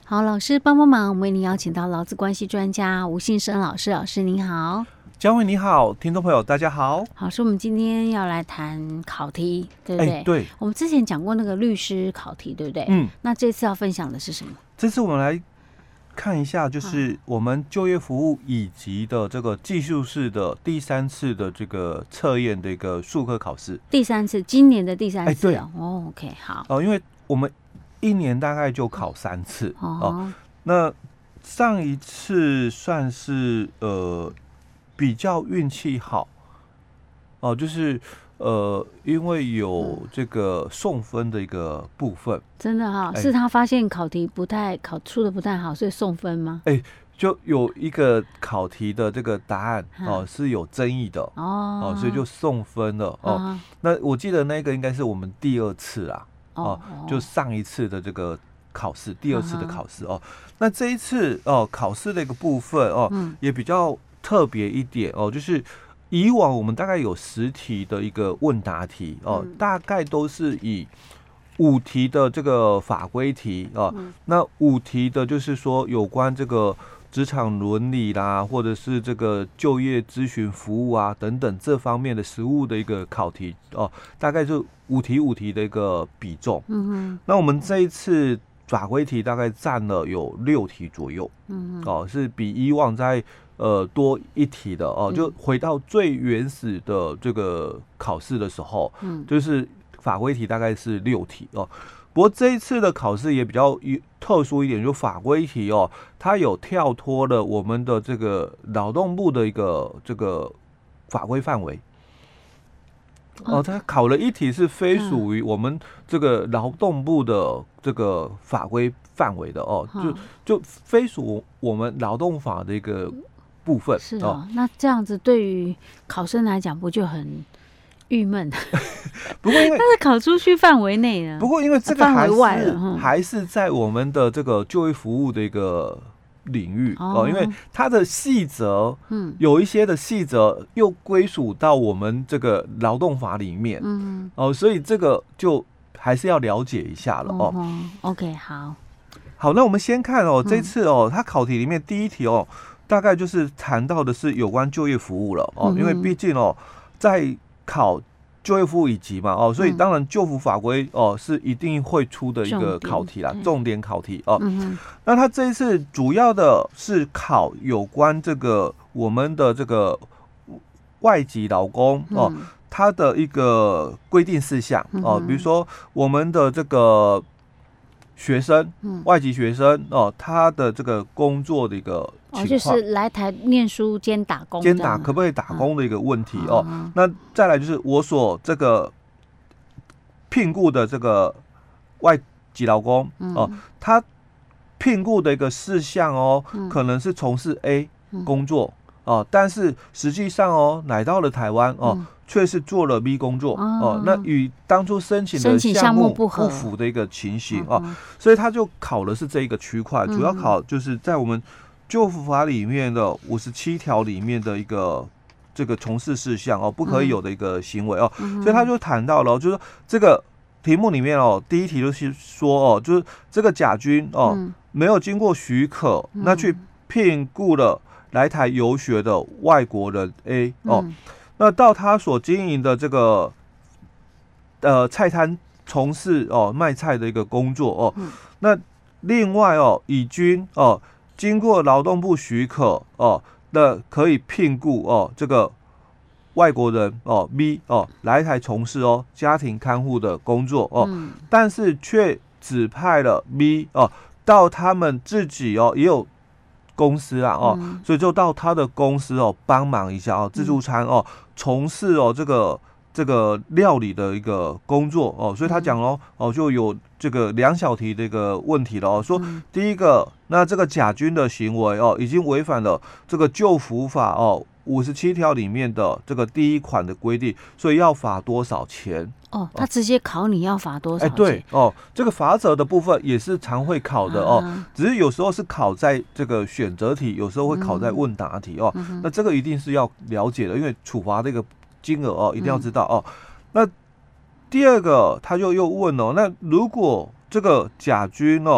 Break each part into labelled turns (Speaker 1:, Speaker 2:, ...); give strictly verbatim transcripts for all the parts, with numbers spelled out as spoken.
Speaker 1: 好，老师帮帮忙，我们为您邀请到劳资关系专家吴信生老师。老师您好。
Speaker 2: 嘉惠你好，听众朋友大家好。
Speaker 1: 好，是我们今天要来谈考题，对不对？
Speaker 2: 欸、对，
Speaker 1: 我们之前讲过那个律师考题，对不对？
Speaker 2: 嗯，
Speaker 1: 那这次要分享的是什么？
Speaker 2: 这次我们来看一下，就是我们就业服务以及的这个技术式的第三次的这个测验的一个术科考试。
Speaker 1: 第三次，今年的第三次、哦。
Speaker 2: 哎、对
Speaker 1: 哦 ，OK， 好。
Speaker 2: 哦、呃，因为我们一年大概就考三次哦、
Speaker 1: 哦。
Speaker 2: 那上一次算是呃比较运气好哦、呃，就是呃因为有这个送分的一个部分。
Speaker 1: 真的哈、哦
Speaker 2: 欸，
Speaker 1: 是他发现考题不太考出的不太好，所以送分吗？
Speaker 2: 哎、欸，就有一个考题的这个答案哦、呃、是有争议的哦、呃，所以就送分了哦、呃。那我记得那个应该是我们第二次啦哦、呃，就上一次的这个考试，第二次的考试哦。那这一次哦、呃，考试的一个部分哦、呃，也比较特别一点哦、呃，就是以往我们大概有十题的一个问答题哦、呃，大概都是以五题的这个法规题啊、呃嗯，那五题的就是说有关这个职场伦理啦，或者是这个就业咨询服务啊等等这方面的实务的一个考题哦、呃，大概就五题五题的一个比重。嗯哼，那我们这一次法规题大概占了有六题左右。嗯哦、呃，是比以往在呃多一题的哦、呃，就回到最原始的这个考试的时候，嗯，就是法规题大概是六题哦。不过这一次的考试也比较特殊一点，就法规题哦，它有跳脱了我们的这个劳动部的一个这个法规范围。哦，它考了一题是非属于我们这个劳动部的这个法规范围的哦，就就非属我们劳动法的一个部分。
Speaker 1: 是哦，哦那这样子对于考生来讲不就很郁闷？
Speaker 2: 不过因为
Speaker 1: 但是考出去范围内呢？
Speaker 2: 不过因为这个还是、
Speaker 1: 嗯、
Speaker 2: 还是在我们的这个就业服务的一个领域哦、呃，因为它的细则，嗯，有一些的细则又归属到我们这个劳动法里面，嗯，哦、呃，所以这个就还是要了解一下了哦。
Speaker 1: 哦 OK， 好，
Speaker 2: 好，那我们先看哦，这次哦，它考题里面第一题哦，大概就是谈到的是有关就业服务了哦，嗯、因为毕竟哦，在考就业服务以及嘛哦，所以当然就服法规哦是一定会出的一个考题啦，重点, 重点考题哦、嗯。那他这一次主要的是考有关这个我们的这个外籍劳工哦，他的一个规定事项哦，比如说我们的这个学生，外籍学生哦，他的这个工作的一个情况，
Speaker 1: 哦，就是来台念书兼打工，
Speaker 2: 兼打可不可以打工的一个问题哦。嗯、那再来就是我所这个聘雇的这个外籍劳工、嗯、哦，他聘雇的一个事项哦、嗯，可能是从事 A 工作、嗯、哦，但是实际上哦，来到了台湾哦。嗯却是做了 B 工作、哦哦、那与当初申请的项目不符的一个情形、哦嗯、所以他就考的是这一个区块、嗯，主要考就是在我们就服法里面的五十七条里面的一个这个从事事项哦，不可以有的一个行为哦，嗯、所以他就谈到了，就是这个题目里面哦，第一题就是说哦，就是这个甲军哦、嗯、没有经过许可，嗯、那去聘雇了来台游学的外国人 A 哦。嗯那到他所经营的这个呃菜摊从事哦卖菜的一个工作哦，嗯、那另外哦乙军哦经过劳动部许可哦，那可以聘雇哦这个外国人哦 B 哦来台从事哦家庭看护的工作哦，嗯、但是却指派了 B 哦到他们自己哦也有。公司啊哦、嗯，所以就到他的公司哦帮忙一下哦，自助餐哦，从事哦这个这个料理的一个工作哦，所以他讲哦哦就有这个两小题的一个问题了哦，说第一个，那这个甲军的行为哦，已经违反了这个就服法哦五十七条里面的这个第一款的规定，所以要罚多少钱？
Speaker 1: 哦，他直接考你要罚多少钱？
Speaker 2: 哎，对哦，这个罚则的部分也是常会考的哦，啊、只是有时候是考在这个选择题，有时候会考在问答题哦。嗯、那这个一定是要了解的，因为处罚这个金额哦，一定要知道哦。嗯、那第二个，他就又问哦，那如果这个甲军哦，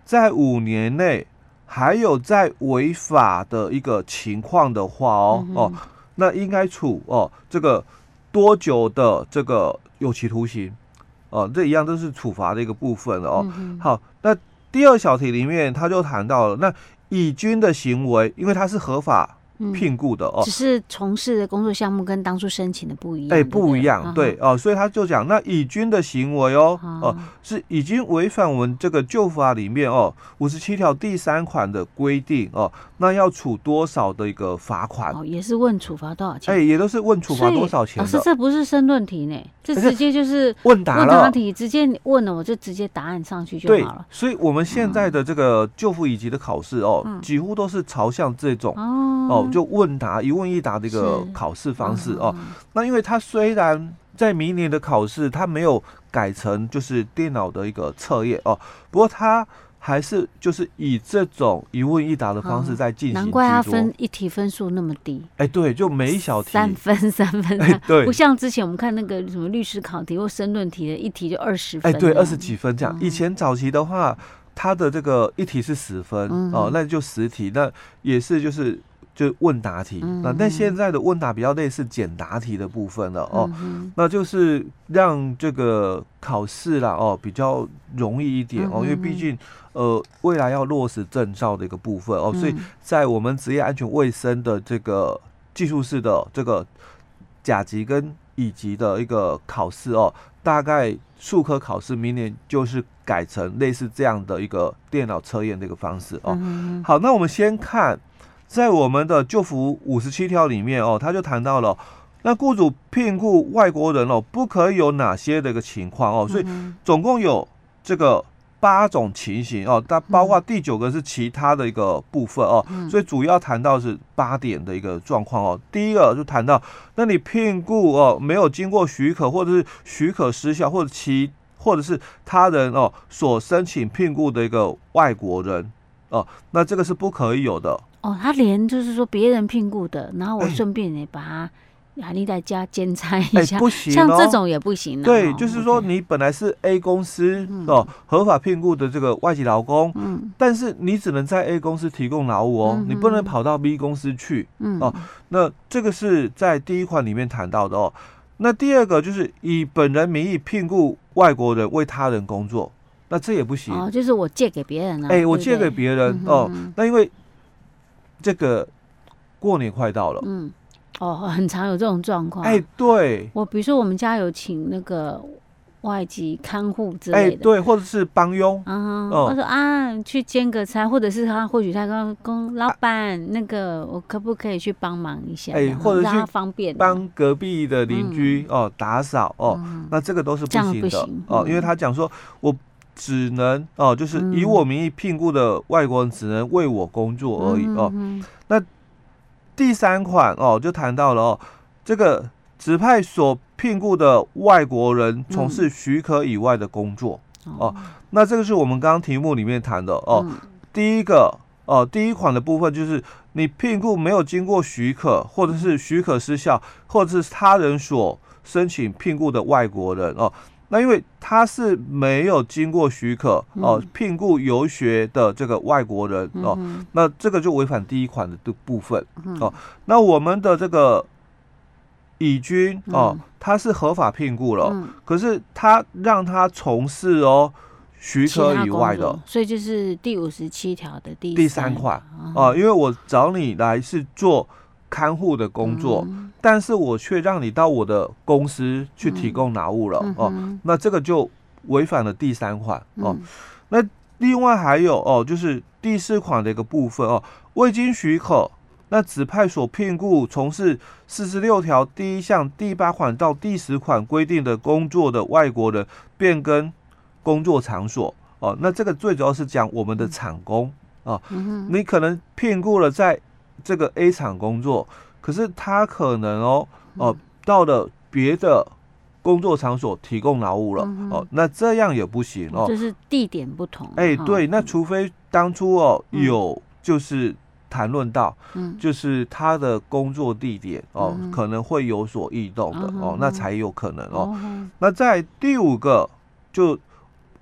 Speaker 2: 在五年内还有在违法的一个情况的话哦、嗯、哦，那应该处哦这个多久的这个有期徒刑哦，这一样都是处罚的一个部分了哦。嗯、好，那第二小题里面他就谈到了，那乙军的行为，因为他是合法聘雇的哦，
Speaker 1: 只是从事的工作项目跟当初申请的不一样，
Speaker 2: 哎、欸，不一样，对哦、呃，所以他就讲，那乙军的行为哦，哦、呃，是已经违反我们这个旧法里面哦五十七条第三款的规定哦，那要处多少的一个罚款？
Speaker 1: 哦，也是问处罚多少钱？
Speaker 2: 哎、欸，也都是问处罚多少钱的。
Speaker 1: 老师，这不是申论题呢，这直接就是
Speaker 2: 问答了，
Speaker 1: 问答题，直接问了我就直接答案上去就好了。
Speaker 2: 对，所以我们现在的这个就服乙级的考试哦、嗯，几乎都是朝向这种哦。哦，就问答一问一答的一个考试方式哦。那因为它虽然在明年的考试它没有改成就是电脑的一个测验哦，不过它还是就是以这种一问一答的方式在进行居多。
Speaker 1: 难怪它分一题分数那么低。
Speaker 2: 哎，对，就每一小题
Speaker 1: 三分三分、啊
Speaker 2: 哎，对，
Speaker 1: 不像之前我们看那个什么律师考题或申论题的一题就二十分。
Speaker 2: 哎，对，二十几分这样。嗯、以前早期的话，它的这个一题是十分、嗯、哦，那就十题，那也是就是。就问答题，嗯、那但现在的问答比较类似简答题的部分了哦，嗯、那就是让这个考试啦哦比较容易一点哦，嗯、因为毕竟呃未来要落实证照的一个部分哦，嗯、所以在我们职业安全卫生的这个技术室的这个甲级跟乙级的一个考试哦，大概数科考试明年就是改成类似这样的一个电脑测验的一个方式哦。嗯、好，那我们先看。在我们的就服五十七条里面哦，他就谈到了，那雇主聘雇外国人哦，不可以有哪些的一个情况哦，所以总共有这个八种情形哦，它包括第九个是其他的一个部分哦，所以主要谈到是八点的一个状况哦。第一个就谈到，那你聘雇哦没有经过许可，或者是许可失效，或者其或者是他人哦所申请聘雇的一个外国人哦，那这个是不可以有的。
Speaker 1: 哦，他连就是说别人聘雇的，然后我顺便也把他亚历代加兼差一下，
Speaker 2: 欸、不行、哦，
Speaker 1: 像这种也不行、啊。
Speaker 2: 对，
Speaker 1: 哦、
Speaker 2: 就是说你本来是 A 公司、嗯、哦合法聘雇的这个外籍劳工，嗯，但是你只能在 A 公司提供劳务哦，嗯、你不能跑到 B 公司去，嗯哦，那这个是在第一款里面谈到的哦。那第二个就是以本人名义聘雇外国人为他人工作，那这也不行
Speaker 1: 哦，就是我借给别人了、啊，
Speaker 2: 哎、欸，我借给别人、嗯、哦，那因为。这个过年快到了，嗯，
Speaker 1: 哦，很常有这种状况。
Speaker 2: 哎、欸，对，
Speaker 1: 我比如说我们家有请那个外籍看护之类的，哎、欸，
Speaker 2: 对，或者是帮佣，
Speaker 1: 嗯，我、哦、说啊，去兼个差，或者是他或许他跟跟老板、啊、那个，我可不可以去帮忙一下？哎、欸，
Speaker 2: 或者是
Speaker 1: 让他方便
Speaker 2: 帮隔壁的邻居、嗯、哦打扫哦、嗯，那这个都是不行的
Speaker 1: 行
Speaker 2: 哦，嗯、因为他讲说我。只能哦，就是以我名义聘雇的外国人只能为我工作而已哦。嗯、那第三款哦，就谈到了哦，这个指派所聘雇的外国人从事许可以外的工作、嗯、哦。那这个是我们刚刚题目里面谈的哦。嗯、第一个哦，第一款的部分就是你聘雇没有经过许可，或者是许可失效，或者是他人所申请聘雇的外国人哦。那因为他是没有经过许可哦、呃，聘雇游学的这个外国人哦、呃，那这个就违反第一款的部分哦、呃。那我们的这个乙军哦、呃，他是合法聘雇了，可是他让他从事哦许可以外的，
Speaker 1: 所以就是第五十七条的第
Speaker 2: 第三款哦、呃，因为我找你来是做看护的工作。嗯，但是我却让你到我的公司去提供劳务了、嗯、哦，那这个就违反了第三款哦、嗯。那另外还有哦，就是第四款的一个部分哦，未经许可，那指派所聘雇从事四十六条第一项第八款到第十款规定的工作的外国人变更工作场所哦，那这个最主要是讲我们的厂工哦、嗯，你可能聘雇了在这个 A 厂工作。可是他可能哦哦、呃、到了别的工作场所提供劳务了、嗯、哦，那这样也不行哦，
Speaker 1: 就是地点不同。
Speaker 2: 哎、欸，对，那除非当初哦、嗯、有就是谈论到，嗯，就是他的工作地点哦、嗯、可能会有所异动的、嗯、哦，那才有可能哦。嗯、那在第五个就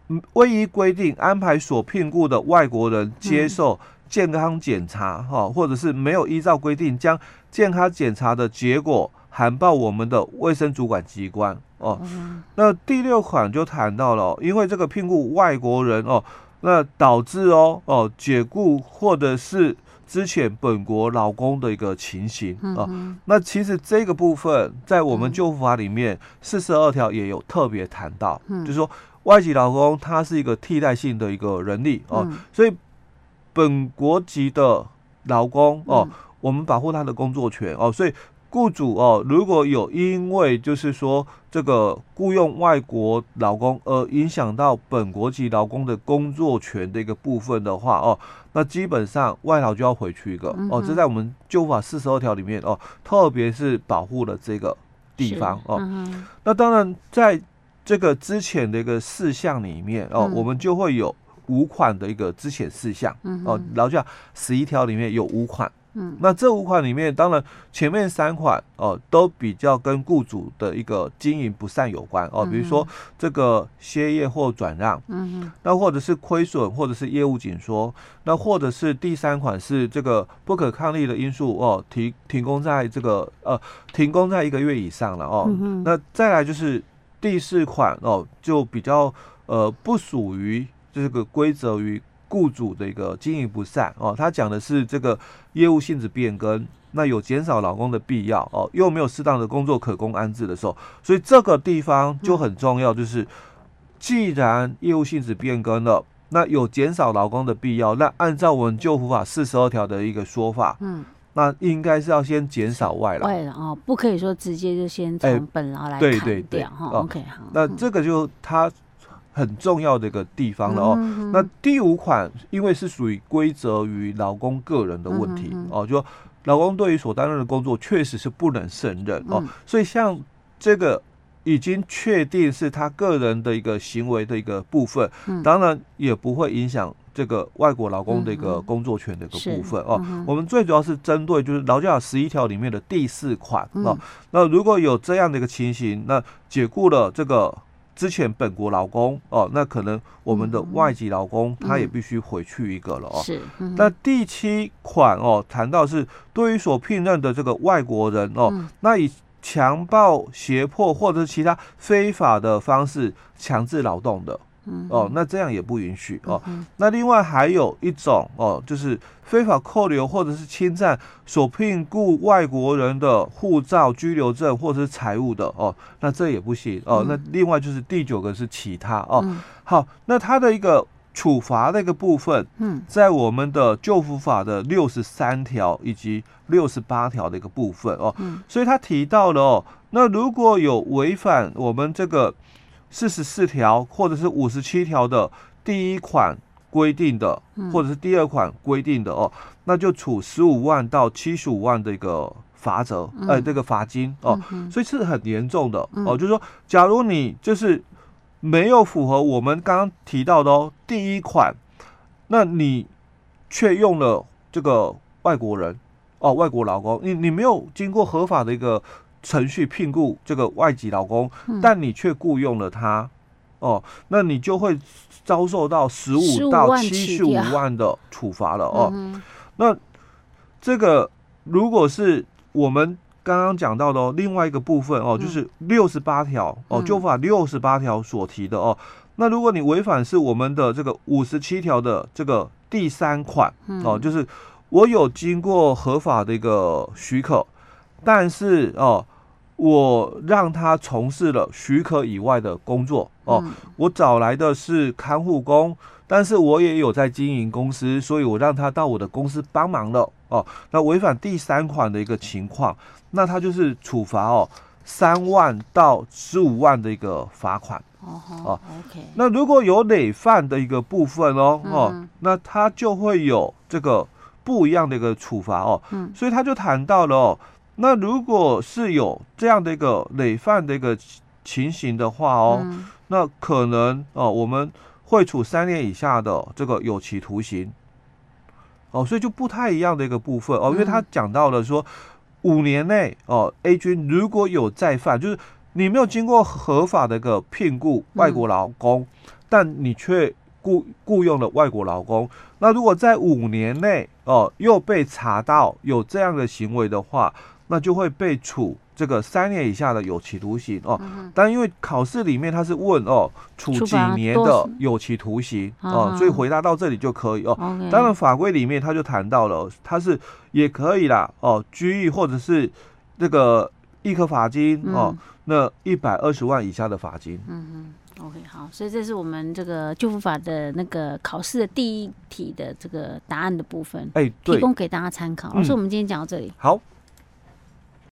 Speaker 2: 未依规定安排所聘雇的外国人接受健康检查，哈、嗯，或者是没有依照规定将健康检查的结果函报我们的卫生主管机关哦。嗯、那第六款就谈到了、哦，因为这个聘雇外国人哦，那导致哦哦解雇或者是之前本国劳工的一个情形啊、嗯，那其实这个部分在我们就服法里面四十二条也有特别谈到，嗯、就是说外籍劳工他是一个替代性的一个人力哦、嗯，所以本国籍的劳工哦、嗯，我们保护他的工作权哦，所以雇主哦如果有因为就是说这个雇用外国劳工而影响到本国籍劳工的工作权的一个部分的话哦。那基本上外劳就要回去一个、嗯、哦，这在我们就法四十二条里面哦，特别是保护了这个地方哦、嗯。那当然在这个之前的一个事项里面哦、嗯，我们就会有五款的一个之前事项、嗯、哦，劳教十一条里面有五款。嗯，那这五款里面，当然前面三款哦都比较跟雇主的一个经营不善有关哦，比如说这个歇业或转让，嗯，那或者是亏损，或者是业务紧缩，那或者是第三款是这个不可抗力的因素哦，停停工在这个呃停工在一个月以上了哦，嗯、那再来就是第四款哦，就比较呃不属于这个归责于雇主的一个经营不善哦，他讲的是这个业务性质变更，那有减少劳工的必要哦，又没有适当的工作可供安置的时候，所以这个地方就很重要，就是既然业务性质变更了，那有减少劳工的必要，那按照我们就服法四十二条的一个说法，嗯，那应该是要先减少外劳，
Speaker 1: 外劳哦，不可以说直接就先从本劳来砍掉哈、欸。OK 好，
Speaker 2: 那这个就他。很重要的一个地方了哦。嗯、那第五款因为是属于归责于劳工个人的问题、嗯、哦，就劳工对于所担任的工作确实是不能胜任哦、嗯，所以像这个已经确定是他个人的一个行为的一个部分，嗯、当然也不会影响这个外国劳工的一个工作权的一个部分、嗯、哦。嗯、我们最主要是针对就是劳教法十一条里面的第四款、嗯、哦。那如果有这样的一个情形，那解雇了这个。之前本国劳工哦，那可能我们的外籍劳工、嗯、他也必须回去一个了哦。是。嗯、那第七款哦，谈到是对于所聘任的这个外国人哦，嗯、那以强暴、胁迫或者是其他非法的方式强制劳动的。嗯、哦，那这样也不允许哦。嗯、那另外还有一种哦，就是非法扣留或者是侵占所聘雇外国人的护照、居留证或者是财物的哦，那这也不行哦。嗯、那另外就是第九个是其他哦。嗯、好，那它的一个处罚的一个部分，嗯，在我们的就服法的六十三条以及六十八条的一个部分哦。嗯、所以他提到了哦，那如果有违反我们这个。四十四条或者是五十七条的第一款规定的，嗯、或者是第二款规定的哦，那就处十五万到七十五万的一个罚则，嗯、呃，这个罚金哦，嗯、所以是很严重的、嗯、哦。就是说，假如你就是没有符合我们刚刚提到的哦第一款，那你却用了这个外国人哦，外国劳工，你你没有经过合法的一个。程序聘雇这个外籍劳工，嗯、但你却雇佣了他，哦，那你就会遭受到十五到七十五万的处罚了哦。嗯、那这个如果是我们刚刚讲到的哦，另外一个部分哦，嗯、就是六十八条哦，就法六十八条所提的哦。那如果你违反是我们的这个五十七条的这个第三款、嗯、哦，就是我有经过合法的一个许可，但是哦。我让他从事了许可以外的工作哦，嗯、我找来的是看护工，但是我也有在经营公司，所以我让他到我的公司帮忙了哦。那违反第三款的一个情况，那他就是处罚哦三万到十五万的一个罚款哦。哦 OK。那如果有累犯的一个部分哦、嗯、哦，那他就会有这个不一样的一个处罚哦。嗯，所以他就谈到了哦。那如果是有这样的一个累犯的一个情形的话哦，嗯、那可能哦我们会处三年以下的这个有期徒刑哦，所以就不太一样的一个部分哦，因为他讲到了说五年内哦 A 军如果有再犯，就是你没有经过合法的一个聘雇外国劳工，嗯、 但你却雇雇佣了外国劳工，那如果在五年内哦又被查到有这样的行为的话，那就会被处这个三年以下的有期徒刑哦。嗯、但因为考试里面他是问哦处几年的有期徒刑哦，嗯、所以回答到这里就可以哦。Okay. 当然法规里面他就谈到了，他是也可以啦哦，拘役或者是这个易科罚金、嗯、哦，那一百二十万以下的罚金。
Speaker 1: 嗯哼。OK， 好，所以这是我们这个就服法的那个考试的第一题的这个答案的部分，哎、欸，提供给大家参考。老师、嗯，我们今天讲到这里。
Speaker 2: 好。